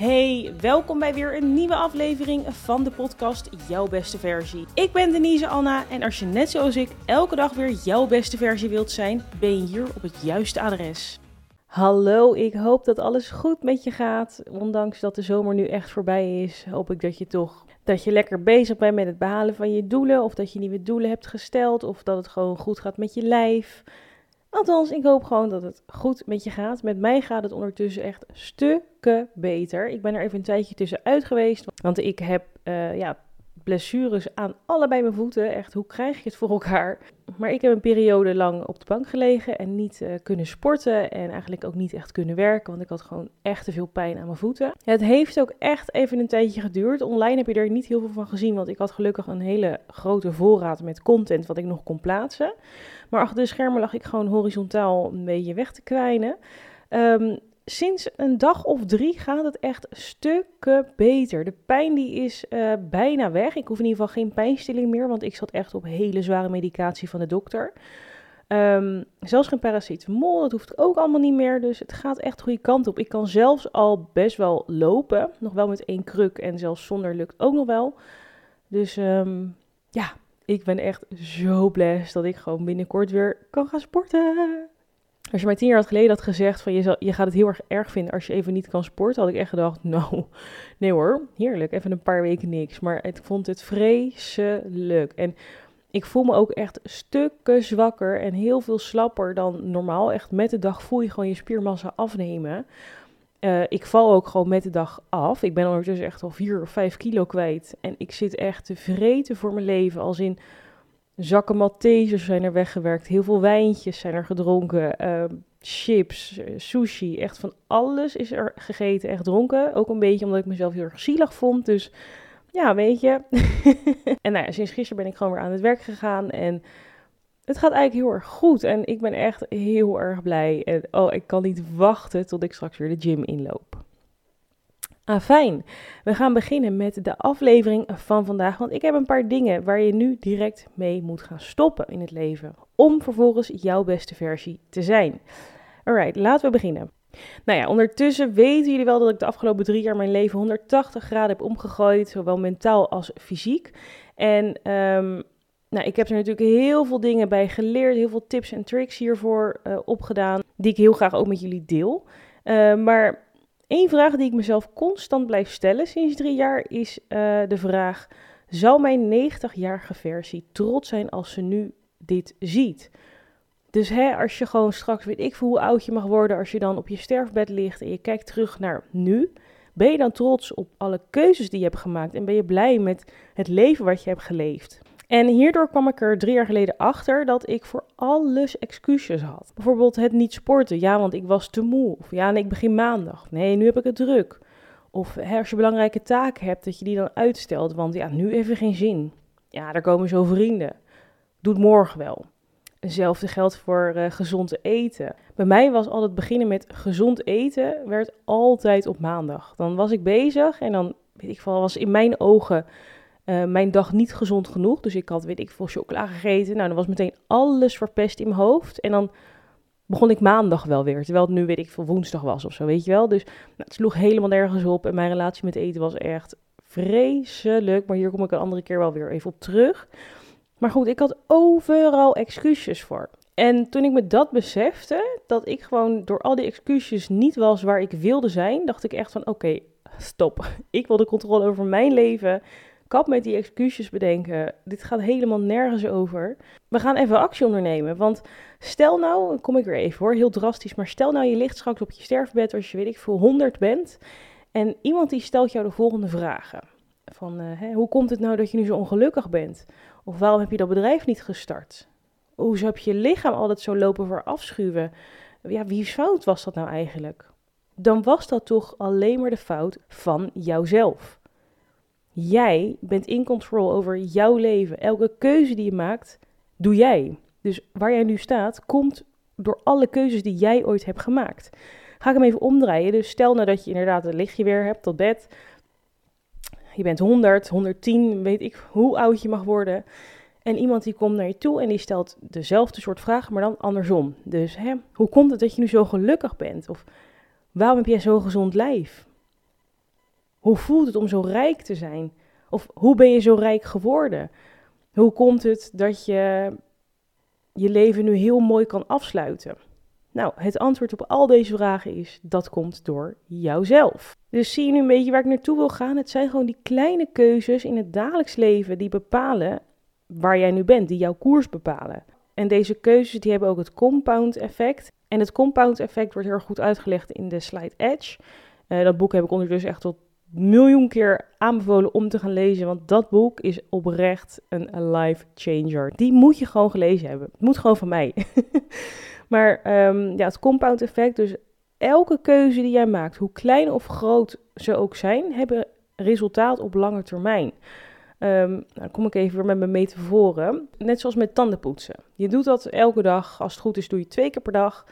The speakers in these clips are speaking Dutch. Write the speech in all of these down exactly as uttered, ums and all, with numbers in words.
Hey, welkom bij weer een nieuwe aflevering van de podcast Jouw Beste Versie. Ik ben Denise Anna en als je net zoals ik elke dag weer jouw beste versie wilt zijn, ben je hier op het juiste adres. Hallo, ik hoop dat alles goed met je gaat. Ondanks dat de zomer nu echt voorbij is, hoop ik dat je toch dat je lekker bezig bent met het behalen van je doelen. Of dat je nieuwe doelen hebt gesteld of dat het gewoon goed gaat met je lijf. Althans, ik hoop gewoon dat het goed met je gaat. Met mij gaat het ondertussen echt stukken beter. Ik ben er even een tijdje tussenuit geweest, want ik heb uh, ja, blessures aan allebei mijn voeten. Echt, hoe krijg je het voor elkaar? Maar ik heb een periode lang op de bank gelegen en niet uh, kunnen sporten en eigenlijk ook niet echt kunnen werken, want ik had gewoon echt te veel pijn aan mijn voeten. Het heeft ook echt even een tijdje geduurd. Online heb je er niet heel veel van gezien, want ik had gelukkig een hele grote voorraad met content wat ik nog kon plaatsen. Maar achter de schermen lag ik gewoon horizontaal een beetje weg te kwijnen. Um, sinds een dag of drie gaat het echt stukken beter. De pijn die is uh, bijna weg. Ik hoef in ieder geval geen pijnstilling meer, want ik zat echt op hele zware medicatie van de dokter. Um, zelfs geen paracetamol, dat hoeft ook allemaal niet meer. Dus het gaat echt de goede kant op. Ik kan zelfs al best wel lopen. Nog wel met één kruk en zelfs zonder lukt ook nog wel. Dus um, ja... Ik ben echt zo blessed dat ik gewoon binnenkort weer kan gaan sporten. Als je mij tien jaar had geleden had gezegd van je, zal, je gaat het heel erg erg vinden als je even niet kan sporten, had ik echt gedacht, nou, nee hoor, heerlijk, even een paar weken niks. Maar ik vond het vreselijk. En ik voel me ook echt stukken zwakker en heel veel slapper dan normaal. Echt met de dag voel je gewoon je spiermassa afnemen. Uh, ik val ook gewoon met de dag af. Ik ben ondertussen echt al vier of vijf kilo kwijt. En ik zit echt te vreten voor mijn leven. Als in zakken Maltesers zijn er weggewerkt. Heel veel wijntjes zijn er gedronken. Uh, chips, uh, sushi. Echt van alles is er gegeten en gedronken. Ook een beetje omdat ik mezelf heel erg zielig vond. Dus ja, weet je. En nou ja, sinds gisteren ben ik gewoon weer aan het werk gegaan. En het gaat eigenlijk heel erg goed en ik ben echt heel erg blij. En oh, ik kan niet wachten tot ik straks weer de gym inloop. Ah, fijn. We gaan beginnen met de aflevering van vandaag, want ik heb een paar dingen waar je nu direct mee moet gaan stoppen in het leven. Om vervolgens jouw beste versie te zijn. Alright, laten we beginnen. Nou ja, ondertussen weten jullie wel dat ik de afgelopen drie jaar mijn leven honderdtachtig graden heb omgegooid, zowel mentaal als fysiek. En um, Nou, ik heb er natuurlijk heel veel dingen bij geleerd, heel veel tips en tricks hiervoor uh, opgedaan, die ik heel graag ook met jullie deel. Uh, maar één vraag die ik mezelf constant blijf stellen sinds drie jaar is uh, de vraag, zou mijn negentigjarige versie trots zijn als ze nu dit ziet? Dus hè, als je gewoon straks, weet ik veel hoe oud je mag worden, als je dan op je sterfbed ligt en je kijkt terug naar nu, ben je dan trots op alle keuzes die je hebt gemaakt en ben je blij met het leven wat je hebt geleefd? En hierdoor kwam ik er drie jaar geleden achter dat ik voor alles excuses had. Bijvoorbeeld het niet sporten. Ja, want ik was te moe. Of ja, nee, ik begin maandag. Nee, nu heb ik het druk. Of hè, als je belangrijke taken hebt, dat je die dan uitstelt. Want ja, nu even geen zin. Ja, daar komen zo vrienden. Doe het morgen wel. Hetzelfde geldt voor uh, gezond eten. Bij mij was altijd beginnen met gezond eten, werd altijd op maandag. Dan was ik bezig en dan, weet ik veel, was in mijn ogen Uh, mijn dag niet gezond genoeg. Dus ik had, weet ik veel, chocola gegeten. Nou, dan was meteen alles verpest in mijn hoofd. En dan begon ik maandag wel weer. Terwijl het nu, weet ik veel, woensdag was of zo, weet je wel. Dus nou, het sloeg helemaal nergens op. En mijn relatie met eten was echt vreselijk. Maar hier kom ik een andere keer wel weer even op terug. Maar goed, ik had overal excuses voor. En toen ik me dat besefte, dat ik gewoon door al die excuses niet was waar ik wilde zijn, dacht ik echt van, oké, okay, stop. Ik wil de controle over mijn leven. Kap met die excuses bedenken. Dit gaat helemaal nergens over. We gaan even actie ondernemen. Want stel nou, kom ik weer even hoor, heel drastisch. Maar stel nou je ligt straks op je sterfbed als je weet ik veel honderd bent. En iemand die stelt jou de volgende vragen. Van uh, hè, hoe komt het nou dat je nu zo ongelukkig bent? Of waarom heb je dat bedrijf niet gestart? Hoezo heb je lichaam altijd zo lopen voor afschuwen? Ja, wie's fout was dat nou eigenlijk? Dan was dat toch alleen maar de fout van jouzelf. Jij bent in control over jouw leven. Elke keuze die je maakt, doe jij. Dus waar jij nu staat, komt door alle keuzes die jij ooit hebt gemaakt. Ga ik hem even omdraaien. Dus stel nou dat je inderdaad een lichtje weer hebt tot bed. Je bent honderd, honderdtien, weet ik hoe oud je mag worden. En iemand die komt naar je toe en die stelt dezelfde soort vragen, maar dan andersom. Dus hè, hoe komt het dat je nu zo gelukkig bent? Of waarom heb jij zo'n gezond lijf? Hoe voelt het om zo rijk te zijn? Of hoe ben je zo rijk geworden? Hoe komt het dat je je leven nu heel mooi kan afsluiten? Nou, het antwoord op al deze vragen is, dat komt door jouzelf. Dus zie je nu een beetje waar ik naartoe wil gaan? Het zijn gewoon die kleine keuzes in het dagelijks leven die bepalen waar jij nu bent, die jouw koers bepalen. En deze keuzes die hebben ook het compound effect. En het compound effect wordt heel erg goed uitgelegd in de Slide Edge. Uh, dat boek heb ik ondertussen echt tot miljoen keer aanbevolen om te gaan lezen, want dat boek is oprecht een life changer. Die moet je gewoon gelezen hebben. Het moet gewoon van mij. Maar um, ja, het compound effect, dus elke keuze die jij maakt, hoe klein of groot ze ook zijn, hebben resultaat op lange termijn. Um, nou, dan kom ik even weer met mijn metaforen. Net zoals met tandenpoetsen. Je doet dat elke dag. Als het goed is doe je twee keer per dag.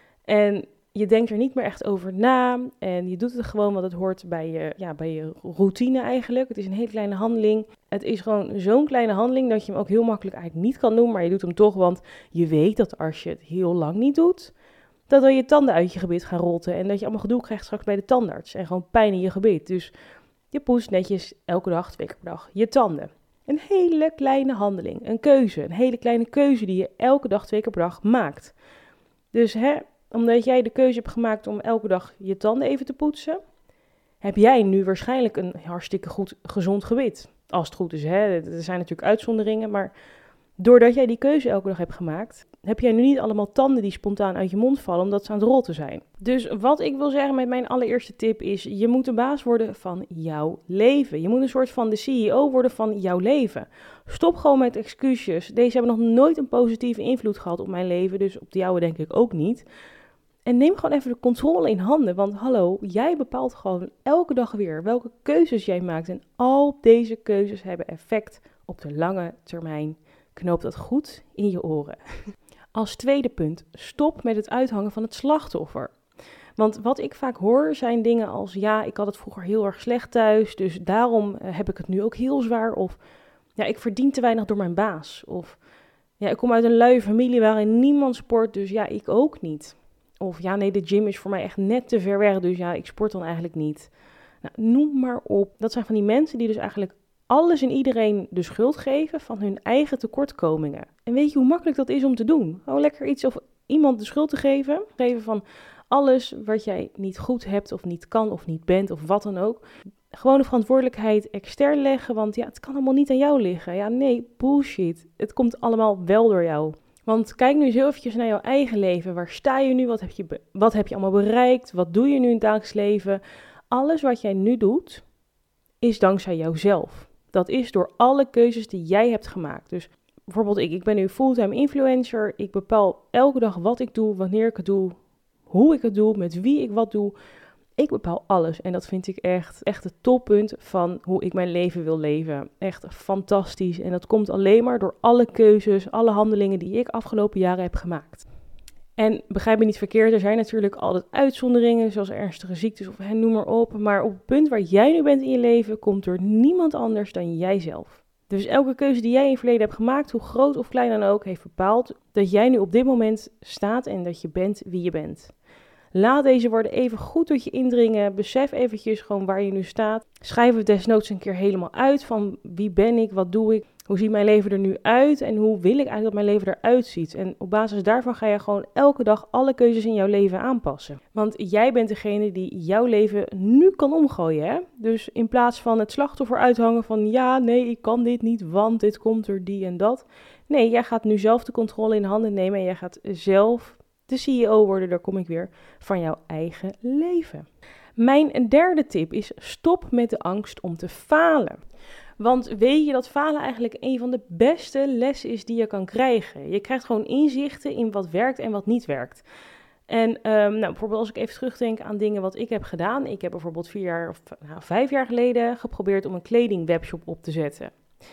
En je denkt er niet meer echt over na. En je doet het gewoon, want het hoort bij je, ja, bij je routine eigenlijk. Het is een hele kleine handeling. Het is gewoon zo'n kleine handeling dat je hem ook heel makkelijk eigenlijk niet kan doen. Maar je doet hem toch, want je weet dat als je het heel lang niet doet, dat dan je tanden uit je gebit gaan rotten. En dat je allemaal gedoe krijgt straks bij de tandarts. En gewoon pijn in je gebit. Dus je poetst netjes elke dag, twee keer per dag, je tanden. Een hele kleine handeling, een keuze. Een hele kleine keuze die je elke dag, twee keer per dag maakt. Dus hè, omdat jij de keuze hebt gemaakt om elke dag je tanden even te poetsen, heb jij nu waarschijnlijk een hartstikke goed gezond gebit. Als het goed is, hè. Er zijn natuurlijk uitzonderingen, maar doordat jij die keuze elke dag hebt gemaakt, heb jij nu niet allemaal tanden die spontaan uit je mond vallen omdat ze aan het rotten zijn. Dus wat ik wil zeggen met mijn allereerste tip is, je moet de baas worden van jouw leven. Je moet een soort van de C E O worden van jouw leven. Stop gewoon met excuses. Deze hebben nog nooit een positieve invloed gehad op mijn leven, dus op de jouwe denk ik ook niet. En neem gewoon even de controle in handen, want hallo, jij bepaalt gewoon elke dag weer welke keuzes jij maakt. En al deze keuzes hebben effect op de lange termijn. Knoop dat goed in je oren. Als tweede punt, stop met het uithangen van het slachtoffer. Want wat ik vaak hoor zijn dingen als, ja, ik had het vroeger heel erg slecht thuis, dus daarom heb ik het nu ook heel zwaar. Of, ja, ik verdien te weinig door mijn baas. Of, ja, ik kom uit een luie familie waarin niemand sport, dus ja, ik ook niet. Of, ja, nee, de gym is voor mij echt net te ver weg, dus ja, ik sport dan eigenlijk niet. Nou, noem maar op. Dat zijn van die mensen die dus eigenlijk alles en iedereen de schuld geven van hun eigen tekortkomingen. En weet je hoe makkelijk dat is om te doen? Gewoon lekker iets of iemand de schuld te geven. Geven van alles wat jij niet goed hebt of niet kan of niet bent of wat dan ook. Gewoon de verantwoordelijkheid extern leggen, want ja, het kan allemaal niet aan jou liggen. Ja, nee, bullshit. Het komt allemaal wel door jou. Want kijk nu eens heel eventjes naar jouw eigen leven. Waar sta je nu? Wat heb je, be- wat heb je allemaal bereikt? Wat doe je nu in het dagelijks leven? Alles wat jij nu doet, is dankzij jouzelf. Dat is door alle keuzes die jij hebt gemaakt. Dus bijvoorbeeld ik, ik ben nu fulltime influencer. Ik bepaal elke dag wat ik doe, wanneer ik het doe, hoe ik het doe, met wie ik wat doe. Ik bepaal alles en dat vind ik echt, echt het toppunt van hoe ik mijn leven wil leven. Echt fantastisch en dat komt alleen maar door alle keuzes, alle handelingen die ik afgelopen jaren heb gemaakt. En begrijp me niet verkeerd, er zijn natuurlijk altijd uitzonderingen, zoals ernstige ziektes of noem maar op. Maar op het punt waar jij nu bent in je leven, komt er niemand anders dan jijzelf. Dus elke keuze die jij in het verleden hebt gemaakt, hoe groot of klein dan ook, heeft bepaald dat jij nu op dit moment staat en dat je bent wie je bent. Laat deze woorden even goed tot je indringen. Besef eventjes gewoon waar je nu staat. Schrijf het desnoods een keer helemaal uit van wie ben ik, wat doe ik, hoe ziet mijn leven er nu uit en hoe wil ik eigenlijk dat mijn leven eruit ziet. En op basis daarvan ga je gewoon elke dag alle keuzes in jouw leven aanpassen. Want jij bent degene die jouw leven nu kan omgooien, hè? Dus in plaats van het slachtoffer uithangen van ja, nee, ik kan dit niet, want dit komt er die en dat. Nee, jij gaat nu zelf de controle in handen nemen en jij gaat zelf de C E O worden, daar kom ik weer, van jouw eigen leven. Mijn derde tip is stop met de angst om te falen. Want weet je dat falen eigenlijk een van de beste lessen is die je kan krijgen. Je krijgt gewoon inzichten in wat werkt en wat niet werkt. En um, nou, bijvoorbeeld als ik even terugdenk aan dingen wat ik heb gedaan. Ik heb bijvoorbeeld vier jaar of nou, vijf jaar geleden geprobeerd om een kledingwebshop op te zetten.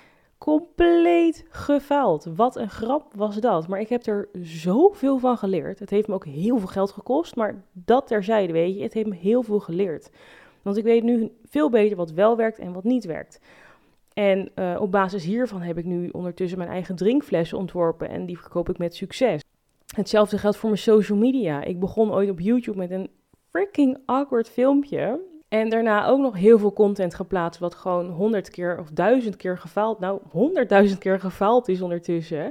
Compleet gefaald. Wat een grap was dat. Maar ik heb er zoveel van geleerd. Het heeft me ook heel veel geld gekost. Maar dat terzijde, weet je. Het heeft me heel veel geleerd. Want ik weet nu veel beter wat wel werkt en wat niet werkt. En uh, op basis hiervan heb ik nu ondertussen mijn eigen drinkflessen ontworpen. En die verkoop ik met succes. Hetzelfde geldt voor mijn social media. Ik begon ooit op YouTube met een freaking awkward filmpje. En daarna ook nog heel veel content geplaatst, wat gewoon honderd keer of duizend keer gefaald, nou honderdduizend keer gefaald is ondertussen.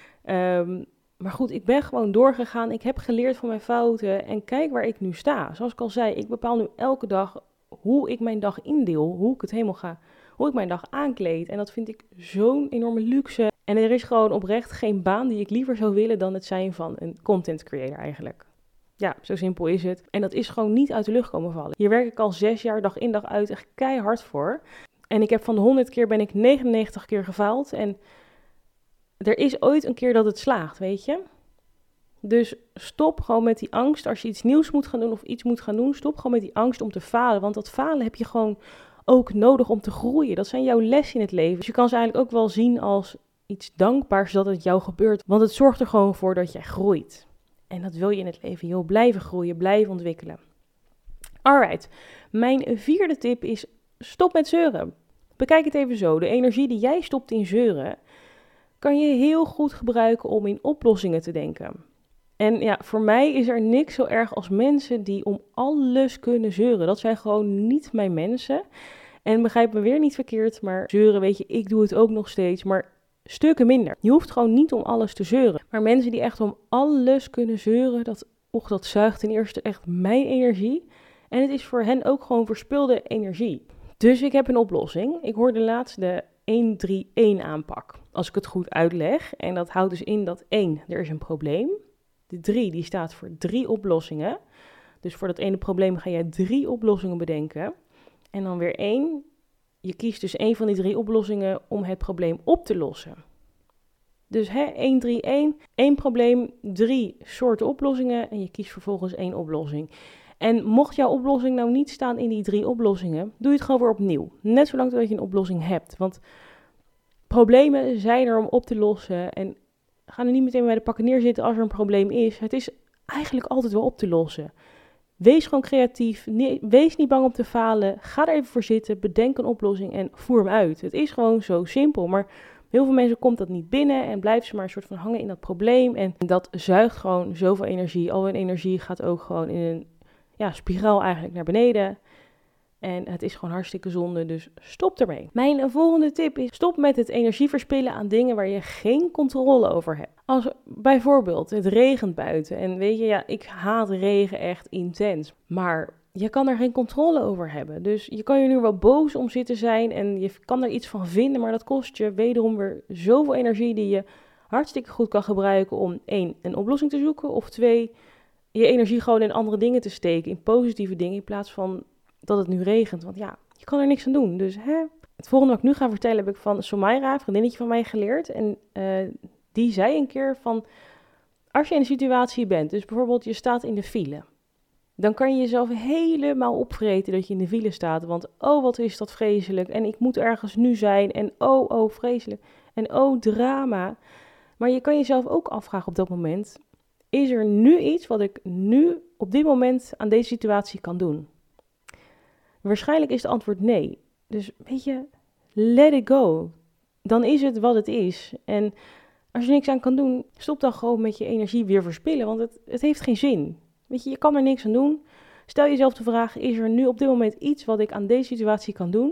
Um, maar goed, ik ben gewoon doorgegaan. Ik heb geleerd van mijn fouten en kijk waar ik nu sta. Zoals ik al zei, ik bepaal nu elke dag hoe ik mijn dag indeel, hoe ik het helemaal ga, hoe ik mijn dag aankleed. En dat vind ik zo'n enorme luxe. En er is gewoon oprecht geen baan die ik liever zou willen dan het zijn van een content creator eigenlijk. Ja, zo simpel is het. En dat is gewoon niet uit de lucht komen vallen. Hier werk ik al zes jaar dag in dag uit echt keihard voor. En ik heb van de honderd keer ben ik negenennegentig keer gefaald. En er is ooit een keer dat het slaagt, weet je. Dus stop gewoon met die angst. Als je iets nieuws moet gaan doen of iets moet gaan doen, stop gewoon met die angst om te falen. Want dat falen heb je gewoon ook nodig om te groeien. Dat zijn jouw lessen in het leven. Dus je kan ze eigenlijk ook wel zien als iets dankbaars dat het jou gebeurt. Want het zorgt er gewoon voor dat jij groeit. En dat wil je in het leven. Je wil blijven groeien, blijven ontwikkelen. Alright, mijn vierde tip is stop met zeuren. Bekijk het even zo. De energie die jij stopt in zeuren, kan je heel goed gebruiken om in oplossingen te denken. En ja, voor mij is er niks zo erg als mensen die om alles kunnen zeuren. Dat zijn gewoon niet mijn mensen. En begrijp me weer niet verkeerd, maar zeuren, weet je, ik doe het ook nog steeds, maar stukken minder. Je hoeft gewoon niet om alles te zeuren. Maar mensen die echt om alles kunnen zeuren, dat, och, dat zuigt ten eerste echt mijn energie. En het is voor hen ook gewoon verspilde energie. Dus ik heb een oplossing. Ik hoorde laatst de een drie een aanpak, als ik het goed uitleg. En dat houdt dus in dat één, er is een probleem. De drie, die staat voor drie oplossingen. Dus voor dat ene probleem ga je drie oplossingen bedenken. En dan weer één. Je kiest dus één van die drie oplossingen om het probleem op te lossen. Dus hè, een drie een, één probleem, drie soorten oplossingen en je kiest vervolgens één oplossing. En mocht jouw oplossing nou niet staan in die drie oplossingen, doe je het gewoon weer opnieuw. Net zolang dat je een oplossing hebt. Want problemen zijn er om op te lossen en ga er niet meteen bij de pakken neerzitten als er een probleem is. Het is eigenlijk altijd wel op te lossen. Wees gewoon creatief, nee, wees niet bang om te falen, ga er even voor zitten, bedenk een oplossing en voer hem uit. Het is gewoon zo simpel, maar heel veel mensen komt dat niet binnen en blijven ze maar een soort van hangen in dat probleem. En dat zuigt gewoon zoveel energie. Al hun energie gaat ook gewoon in een ja, spiraal eigenlijk naar beneden. En het is gewoon hartstikke zonde, dus stop ermee. Mijn volgende tip is stop met het energie verspillen aan dingen waar je geen controle over hebt. Als bijvoorbeeld het regent buiten en weet je, ja, ik haat regen echt intens. Maar je kan er geen controle over hebben. Dus je kan je nu wel boos om zitten zijn en je kan er iets van vinden, maar dat kost je wederom weer zoveel energie die je hartstikke goed kan gebruiken om één, een oplossing te zoeken of twee, je energie gewoon in andere dingen te steken, in positieve dingen in plaats van dat het nu regent, want ja, je kan er niks aan doen. Dus hè, het volgende wat ik nu ga vertellen heb ik van Somaira, een vriendinnetje van mij, geleerd. En uh, die zei een keer van, als je in een situatie bent, dus bijvoorbeeld je staat in de file, dan kan je jezelf helemaal opvreten dat je in de file staat. Want oh, wat is dat vreselijk en ik moet ergens nu zijn en oh, oh, vreselijk en oh, drama. Maar je kan jezelf ook afvragen op dat moment, is er nu iets wat ik nu op dit moment aan deze situatie kan doen? Waarschijnlijk is het antwoord nee. Dus weet je, let it go. Dan is het wat het is. En als je niks aan kan doen, stop dan gewoon met je energie weer verspillen. Want het, het heeft geen zin. Weet je, je kan er niks aan doen. Stel jezelf de vraag, is er nu op dit moment iets wat ik aan deze situatie kan doen?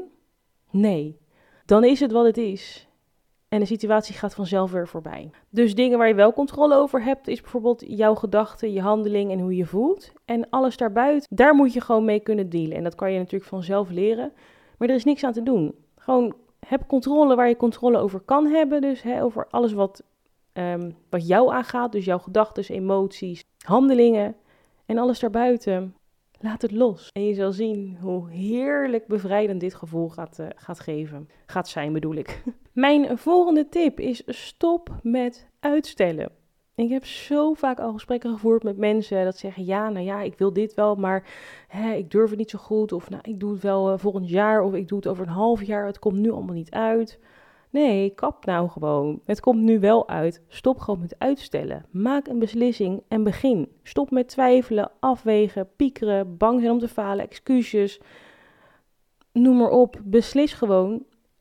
Nee. Dan is het wat het is. En de situatie gaat vanzelf weer voorbij. Dus dingen waar je wel controle over hebt, is bijvoorbeeld jouw gedachten, je handeling en hoe je voelt. En alles daarbuiten, daar moet je gewoon mee kunnen dealen. En dat kan je natuurlijk vanzelf leren. Maar er is niks aan te doen. Gewoon heb controle waar je controle over kan hebben. Dus hè, over alles wat, um, wat jou aangaat. Dus jouw gedachten, emoties, handelingen en alles daarbuiten. Laat het los. En je zal zien hoe heerlijk bevrijdend dit gevoel gaat, uh, gaat geven. Gaat zijn, bedoel ik. Mijn volgende tip is stop met uitstellen. Ik heb zo vaak al gesprekken gevoerd met mensen dat zeggen, ja, nou ja, ik wil dit wel, maar hè, ik durf het niet zo goed. Of nou, ik doe het wel uh, volgend jaar of ik doe het over een half jaar. Het komt nu allemaal niet uit. Nee, kap nou gewoon. Het komt nu wel uit. Stop gewoon met uitstellen. Maak een beslissing en begin. Stop met twijfelen, afwegen, piekeren, bang zijn om te falen, excuses. Noem maar op. Beslis gewoon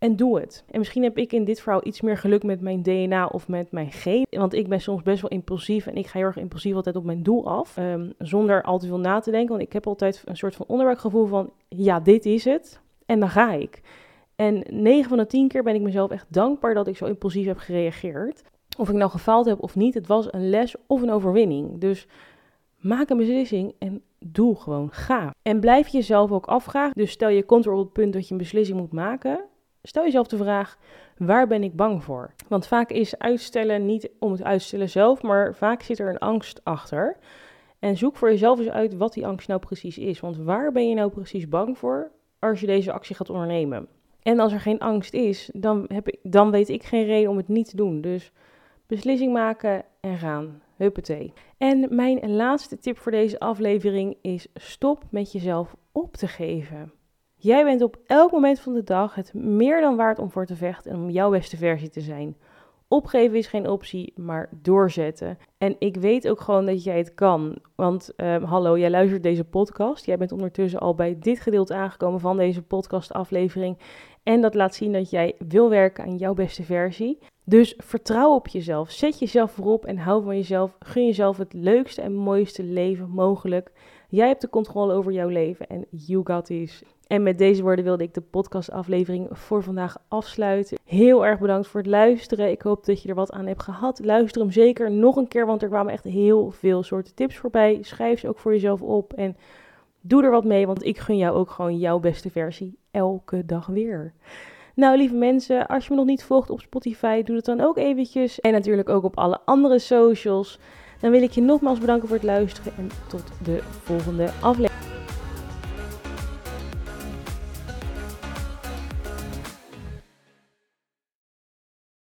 En doe het. En misschien heb ik in dit verhaal iets meer geluk met mijn D N A of met mijn genen. Want ik ben soms best wel impulsief en ik ga heel erg impulsief altijd op mijn doel af. Um, zonder al te veel na te denken. Want ik heb altijd een soort van onderbuikgevoel van, ja, dit is het. En dan ga ik. En negen van de tien keer ben ik mezelf echt dankbaar dat ik zo impulsief heb gereageerd. Of ik nou gefaald heb of niet, het was een les of een overwinning. Dus maak een beslissing en doe gewoon, ga. En blijf jezelf ook afvragen. Dus stel je komt er op het punt dat je een beslissing moet maken. Stel jezelf de vraag, waar ben ik bang voor? Want vaak is uitstellen niet om het uitstellen zelf, maar vaak zit er een angst achter. En zoek voor jezelf eens uit wat die angst nou precies is. Want waar ben je nou precies bang voor als je deze actie gaat ondernemen? En als er geen angst is, dan, heb ik, dan weet ik geen reden om het niet te doen. Dus beslissing maken en gaan. Huppatee. En mijn laatste tip voor deze aflevering is stop met jezelf op te geven. Jij bent op elk moment van de dag het meer dan waard om voor te vechten en om jouw beste versie te zijn. Opgeven is geen optie, maar doorzetten. En ik weet ook gewoon dat jij het kan. Want uh, hallo, jij luistert deze podcast. Jij bent ondertussen al bij dit gedeelte aangekomen van deze podcastaflevering. En dat laat zien dat jij wil werken aan jouw beste versie. Dus vertrouw op jezelf. Zet jezelf voorop en hou van jezelf. Gun jezelf het leukste en mooiste leven mogelijk. Jij hebt de controle over jouw leven en you got this. En met deze woorden wilde ik de podcastaflevering voor vandaag afsluiten. Heel erg bedankt voor het luisteren. Ik hoop dat je er wat aan hebt gehad. Luister hem zeker nog een keer, want er kwamen echt heel veel soorten tips voorbij. Schrijf ze ook voor jezelf op en doe er wat mee, want ik gun jou ook gewoon jouw beste versie elke dag weer. Nou, lieve mensen, als je me nog niet volgt op Spotify, doe het dan ook eventjes. En natuurlijk ook op alle andere socials. Dan wil ik je nogmaals bedanken voor het luisteren en tot de volgende aflevering.